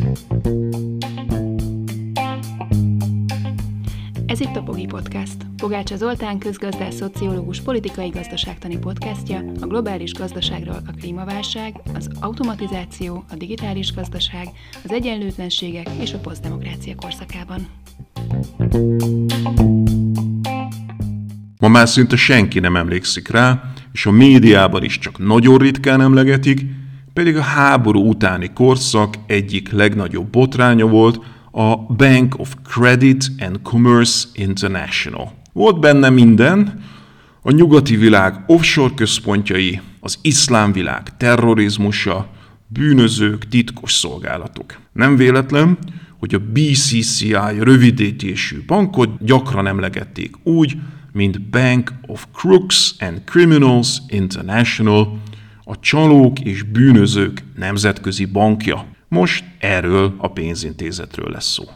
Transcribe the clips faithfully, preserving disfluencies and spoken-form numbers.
Ez itt a Pogi Podcast. Pogácsa Zoltán közgazdász, szociológus, politikai gazdaságtani podcastja a globális gazdaságról, a klímaválság, az automatizáció, a digitális gazdaság, az egyenlőtlenségek és a posztdemokrácia korszakában. Ma már szinte senki nem emlékszik rá, és a médiában is csak nagyon ritkán emlegetik, pedig a háború utáni korszak egyik legnagyobb botránya volt a Bank of Credit and Commerce International. Volt benne minden, a nyugati világ offshore központjai, az iszlám világ terrorizmusa, bűnözők, titkos szolgálatok. Nem véletlen, hogy a bé cé cé i rövidítésű bankot gyakran emlegették úgy, mint Bank of Crooks and Criminals International, a csalók és bűnözők nemzetközi bankja. Most erről a pénzintézetről lesz szó.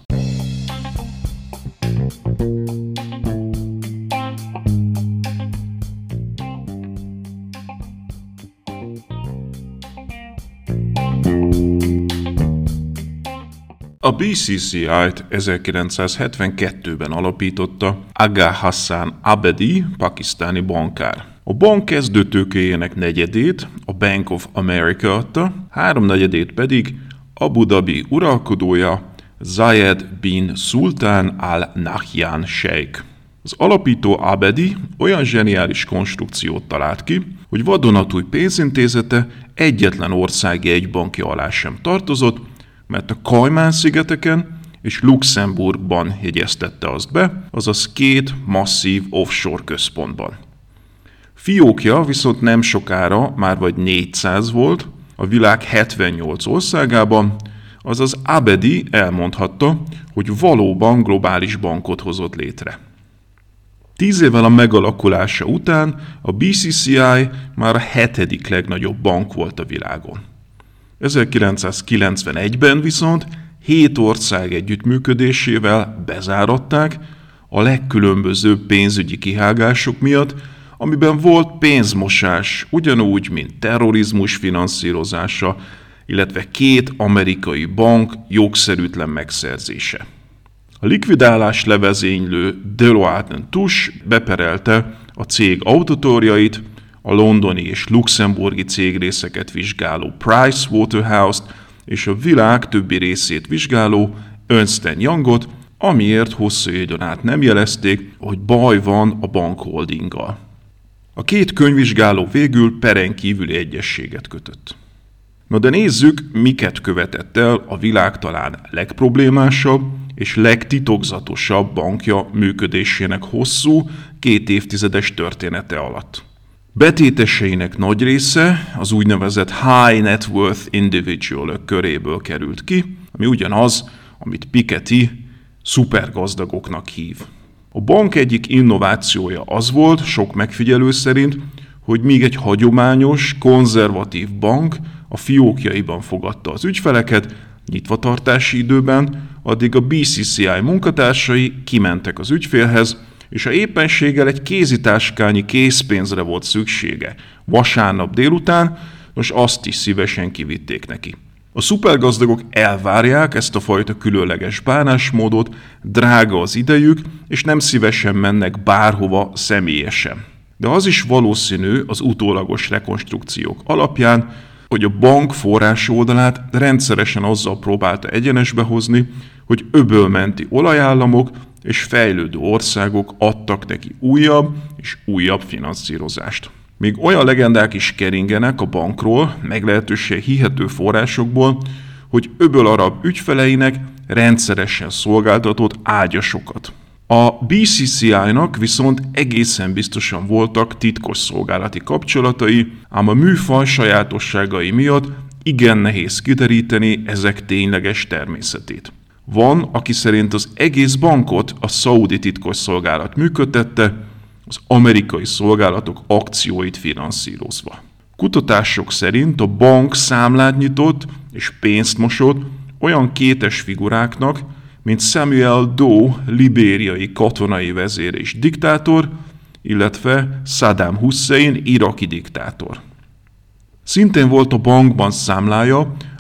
A bé cé cé i-t ezerkilencszázhetvenkettőben alapította Agha Hassan Abedi, pakisztáni bankár. A bank kezdőtőkéjének negyedét a Bank of America adta, háromnegyedét pedig Abu Dhabi uralkodója Zayed bin Sultan Al Nahyan Sheikh. Az alapító Abedi olyan zseniális konstrukciót talált ki, hogy vadonatúj pénzintézete egyetlen ország jegybankja alá sem tartozott, mert a Kajmán-szigeteken és Luxemburgban jegyeztette azt be, azaz két masszív offshore központban. Fiókja viszont nem sokára már vagy négyszáz volt a világ hetvennyolc országában, azaz Abedi elmondhatta, hogy valóban globális bankot hozott létre. Tíz évvel a megalakulása után a bé cé cé i már a hetedik legnagyobb bank volt a világon. ezerkilencszázkilencvenegyben viszont hét ország együttműködésével bezáratták a legkülönbözőbb pénzügyi kihágások miatt, amiben volt pénzmosás, ugyanúgy, mint terrorizmus finanszírozása, illetve két amerikai bank jogszerűtlen megszerzése. A likvidálás levezénylő Deloitte and Touche beperelte a cég auditorjait, a londoni és luxemburgi cégrészeket vizsgáló Price Waterhouse-t és a világ többi részét vizsgáló Ernst and Youngot, amiért hosszú időn át nem jelezték, hogy baj van a bankholdinggal. A két könyvvizsgáló végül peren kívüli egyezséget kötött. Na de nézzük, miket követett el a világ talán legproblémásabb és legtitokzatosabb bankja működésének hosszú, két évtizedes története alatt. Betéteseinek nagy része az úgynevezett high net worth individual köréből került ki, ami ugyanaz, amit Piketty szupergazdagoknak hív. A bank egyik innovációja az volt, sok megfigyelő szerint, hogy míg egy hagyományos, konzervatív bank a fiókjaiban fogadta az ügyfeleket, nyitvatartási időben, addig a bé cé cé i munkatársai kimentek az ügyfélhez, és ha éppenséggel egy kézitáskányi készpénzre volt szüksége vasárnap délután, most azt is szívesen kivitték neki. A szupergazdagok elvárják ezt a fajta különleges bánásmódot, drága az idejük, és nem szívesen mennek bárhova személyesen. De az is valószínű az utólagos rekonstrukciók alapján, hogy a bank forrás oldalát rendszeresen azzal próbálta egyenesbe hozni, hogy öbölmenti olajállamok és fejlődő országok adtak neki újabb és újabb finanszírozást. Még olyan legendák is keringenek a bankról, meglehetősen hihető forrásokból, hogy öböl arab ügyfeleinek rendszeresen szolgáltatott ágyasokat. A bé cé cé i-nak viszont egészen biztosan voltak titkos szolgálati kapcsolatai, ám a műfaj sajátosságai miatt igen nehéz kideríteni ezek tényleges természetét. Van, aki szerint az egész bankot a szaudi titkosszolgálat működtette, az amerikai szolgálatok akcióit finanszírozva. Kutatások szerint a bank számlát nyitott és pénzt mosott olyan kétes figuráknak, mint Samuel Doe, libériai katonai vezér és diktátor, illetve Saddam Hussein, iraki diktátor. Szintén volt a bankban számlája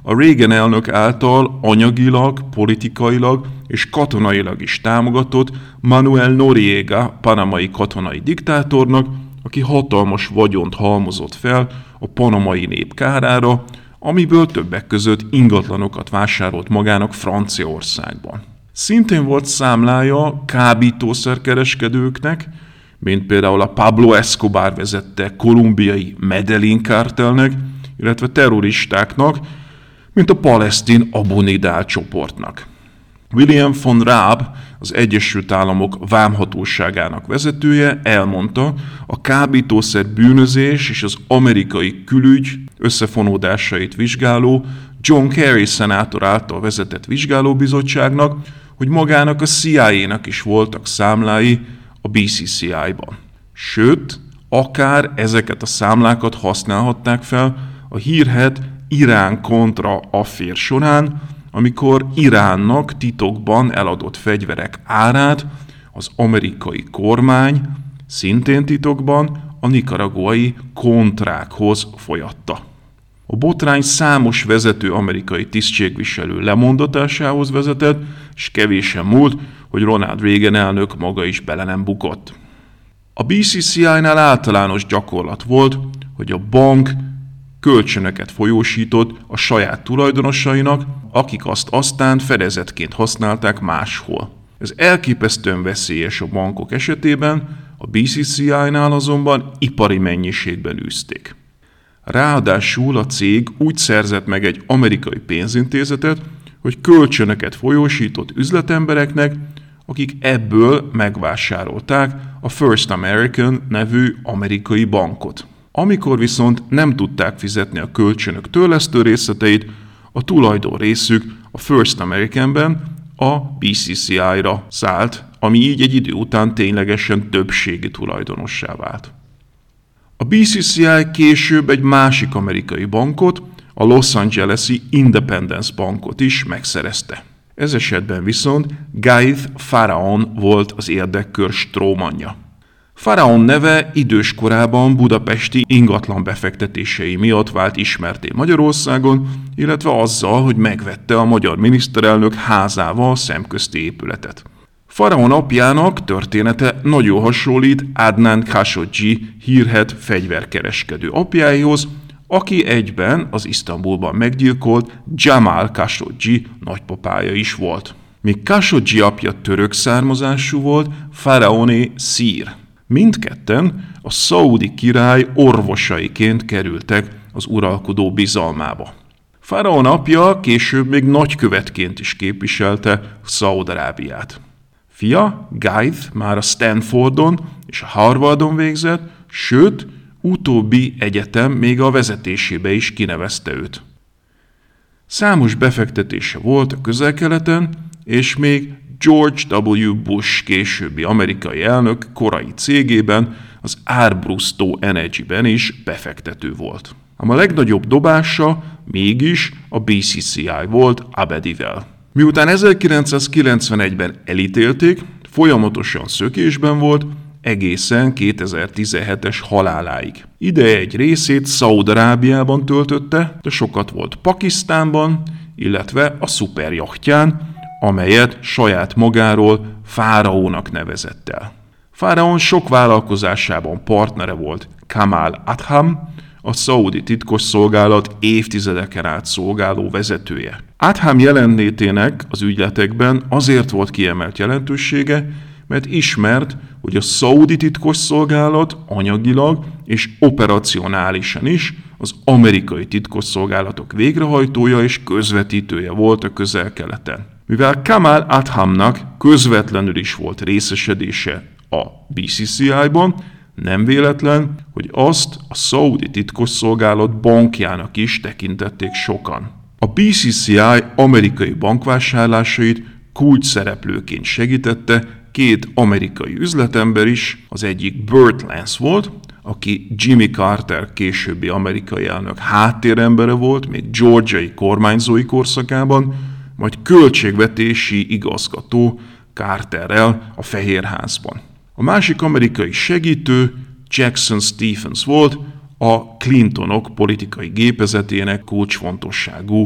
a Reagan elnök által anyagilag, politikailag és katonailag is támogatott Manuel Noriega panamai katonai diktátornak, aki hatalmas vagyont halmozott fel a panamai nép kárára, amiből többek között ingatlanokat vásárolt magának Franciaországban. Szintén volt számlája kábítószerkereskedőknek, mint például a Pablo Escobar vezette kolumbiai Medellín kártelnek, illetve terroristáknak, mint a palesztin Abu Nidal csoportnak. William von Raab, az Egyesült Államok vámhatóságának vezetője elmondta, a kábítószer bűnözés és az amerikai külügy összefonódásait vizsgáló John Kerry szenátor által vezetett vizsgálóbizottságnak, hogy magának a C I A-nak is voltak számlái a B C C I-ban. Sőt, akár ezeket a számlákat használhatták fel a hírhedt Irán kontra affér során, amikor Iránnak titokban eladott fegyverek árát az amerikai kormány szintén titokban a nikaraguai kontrákhoz folyatta. A botrány számos vezető amerikai tisztségviselő lemondatásához vezetett, és kevésen múlt, hogy Ronald Reagan elnök maga is bele nem bukott. A B C C I-nál általános gyakorlat volt, hogy a bank kölcsönöket folyósított a saját tulajdonosainak, akik azt aztán fedezetként használták máshol. Ez elképesztően veszélyes a bankok esetében, a B C C I-nál azonban ipari mennyiségben űzték. Ráadásul a cég úgy szerzett meg egy amerikai pénzintézetet, hogy kölcsönöket folyósított üzletembereknek, akik ebből megvásárolták a First American nevű amerikai bankot. Amikor viszont nem tudták fizetni a kölcsönök törlesztő részleteit, a tulajdon részük a First Americanben a B C C I-ra szállt, ami így egy idő után ténylegesen többségi tulajdonossá vált. A B C C I később egy másik amerikai bankot, a Los Angeles-i Independence bankot is megszerezte. Ez esetben viszont Gaith Faraon volt az érdekkör strómanja. Faraon neve idős korában budapesti ingatlan befektetései miatt vált ismertté Magyarországon, illetve azzal, hogy megvette a magyar miniszterelnök házával szemközti épületet. Faraon apjának története nagyon hasonlít Adnan Khashoggi hírhedt fegyverkereskedő apjához, aki egyben az Isztambulban meggyilkolt Jamal Khashoggi nagypapája is volt. Míg Khashoggi apja török származású volt, Faraoné szír. Mindketten a szaudi király orvosaiként kerültek az uralkodó bizalmába. Faraon apja később még nagykövetként is képviselte Szaúd-Arábiát. Fia, Gaith már a Stanfordon és a Harvardon végzett, sőt, utóbbi egyetem még a vezetésébe is kinevezte őt. Számos befektetése volt a Közel-Keleten, és még George W. Bush későbbi amerikai elnök korai cégében, az Arbrusto Energy-ben is befektető volt. Ám a legnagyobb dobása mégis a B C C I volt Abedivel. Miután ezerkilencszázkilencvenegyben elítélték, folyamatosan szökésben volt, egészen kétezer-tizenhetes haláláig. Ideje egy részét Szaúd-Arábiában töltötte, de sokat volt Pakisztánban, illetve a szuperjachtján, amelyet saját magáról Fáraónak nevezett el. Fáraón sok vállalkozásában partnere volt Kamal Adham, a szaudi titkosszolgálat évtizedeken át szolgáló vezetője. Adham jelenlétének az ügyletekben azért volt kiemelt jelentősége, mert ismert, hogy a szaudi titkosszolgálat anyagilag és operacionálisan is az amerikai titkosszolgálatok végrehajtója és közvetítője volt a Közel-Keleten. Mivel Kamal Adhamnak közvetlenül is volt részesedése a B C C I-ban, nem véletlen, hogy azt a szaudi titkosszolgálat bankjának is tekintették sokan. A B C C I amerikai bankvásárlásait kulcsszereplőként segítette két amerikai üzletember is, az egyik Burt Lance volt, aki Jimmy Carter későbbi amerikai elnök háttérembere volt, még georgiai kormányzói korszakában, majd költségvetési igazgató Carterrel a Fehérházban. A másik amerikai segítő Jackson Stephens volt, a Clintonok politikai gépezetének kulcsfontosságú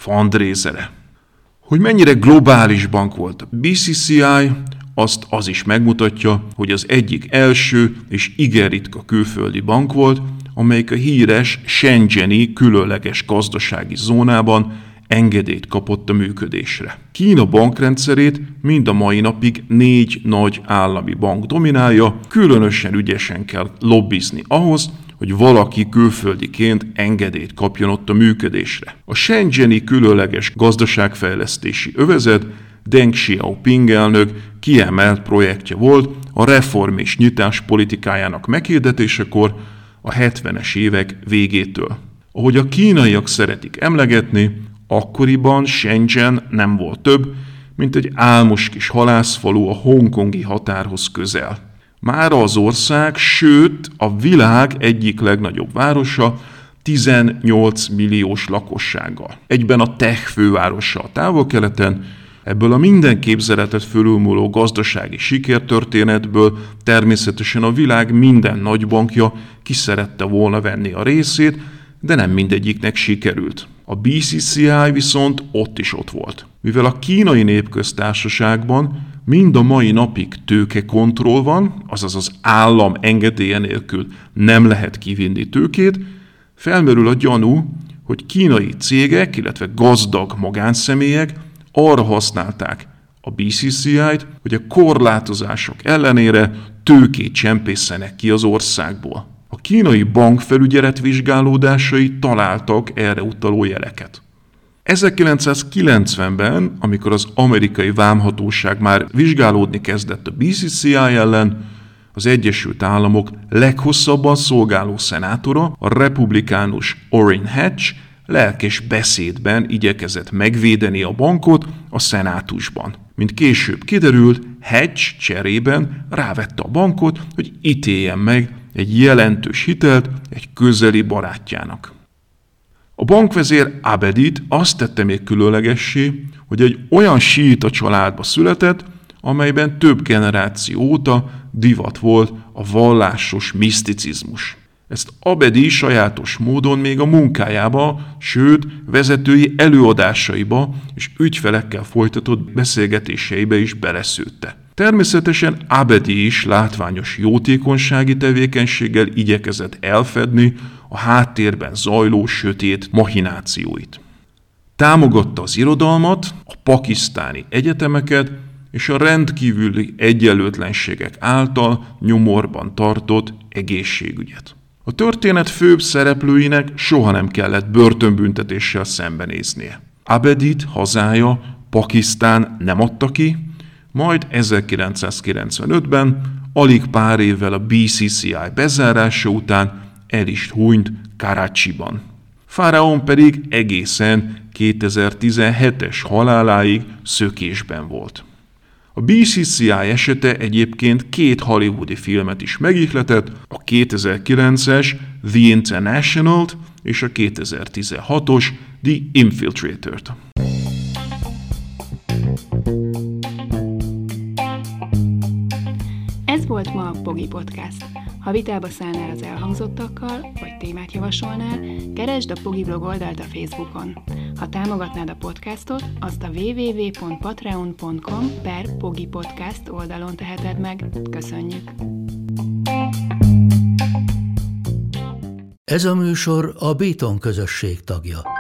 fundraisere. Hogy mennyire globális bank volt a bé cé cé i, azt az is megmutatja, hogy az egyik első és igen ritka külföldi bank volt, amelyik a híres Shenzheni különleges gazdasági zónában engedélyt kapott a működésre. Kína bankrendszerét mind a mai napig négy nagy állami bank dominálja, különösen ügyesen kell lobbizni ahhoz, hogy valaki külföldiként engedélyt kapjon ott a működésre. A Shenzheni különleges gazdaságfejlesztési övezet Deng Xiaoping elnök kiemelt projektje volt a reform és nyitás politikájának meghirdetésekor a hetvenes évek végétől. Ahogy a kínaiak szeretik emlegetni, akkoriban Shenzhen nem volt több, mint egy álmos kis halászfalu a hongkongi határhoz közel. Mára az ország, sőt a világ egyik legnagyobb városa, tizennyolc milliós lakossággal. Egyben a tech fővárosa a Távol-Keleten, ebből a minden képzeletet fölülmúló gazdasági sikertörténetből természetesen a világ minden nagybankja ki szerette volna venni a részét, de nem mindegyiknek sikerült. A bé cé cé i viszont ott is ott volt. Mivel a Kínai Népköztársaságban mind a mai napig tőkekontroll van, azaz az állam engedélye nélkül nem lehet kivinni tőkét, felmerül a gyanú, hogy kínai cégek, illetve gazdag magánszemélyek arra használták a bé cé cé i-t, hogy a korlátozások ellenére tőkét csempészenek ki az országból. A kínai bankfelügyelet vizsgálódásai találtak erre utaló jeleket. ezerkilencszázkilencvenben, amikor az amerikai vámhatóság már vizsgálódni kezdett a bé cé cé i ellen, az Egyesült Államok leghosszabban szolgáló szenátora, a republikánus Orrin Hatch lelkes beszédben igyekezett megvédeni a bankot a szenátusban. Mint később kiderült, Hatch cserében rávette a bankot, hogy ítéljen meg egy jelentős hitelt egy közeli barátjának. A bankvezér Abedit azt tette még különlegessé, hogy egy olyan síita családba született, amelyben több generáció óta divat volt a vallásos miszticizmus. Ezt Abedi sajátos módon még a munkájába, sőt vezetői előadásaiba és ügyfelekkel folytatott beszélgetéseibe is beleszőtte. Természetesen Abedi is látványos jótékonysági tevékenységgel igyekezett elfedni a háttérben zajló sötét machinációit. Támogatta az irodalmat, a pakisztáni egyetemeket és a rendkívüli egyenlőtlenségek által nyomorban tartott egészségügyet. A történet főbb szereplőinek soha nem kellett börtönbüntetéssel szembenéznie. Abedit hazája, Pakisztán nem adta ki, majd ezerkilencszázkilencvenötben, alig pár évvel a bé cé cé i bezárása után el is hunyt Karachiban. Fáraón pedig egészen kétezer-tizenhetes haláláig szökésben volt. A bé cé cé i esete egyébként két hollywoodi filmet is megihletett, a kétezer-kilences The International-t és a kétezer-tizenhatos The Infiltrator-t. Ez volt ma a Pogi Podcast. Ha vitába szállnál az elhangzottakkal, vagy témát javasolnál, keresd a Pogi blog oldalt a Facebookon. Ha támogatnád a podcastot, azt a double-u double-u double-u pont patreon pont com per Pogi Podcast oldalon teheted meg. Köszönjük! Ez a műsor a Béton közösség tagja.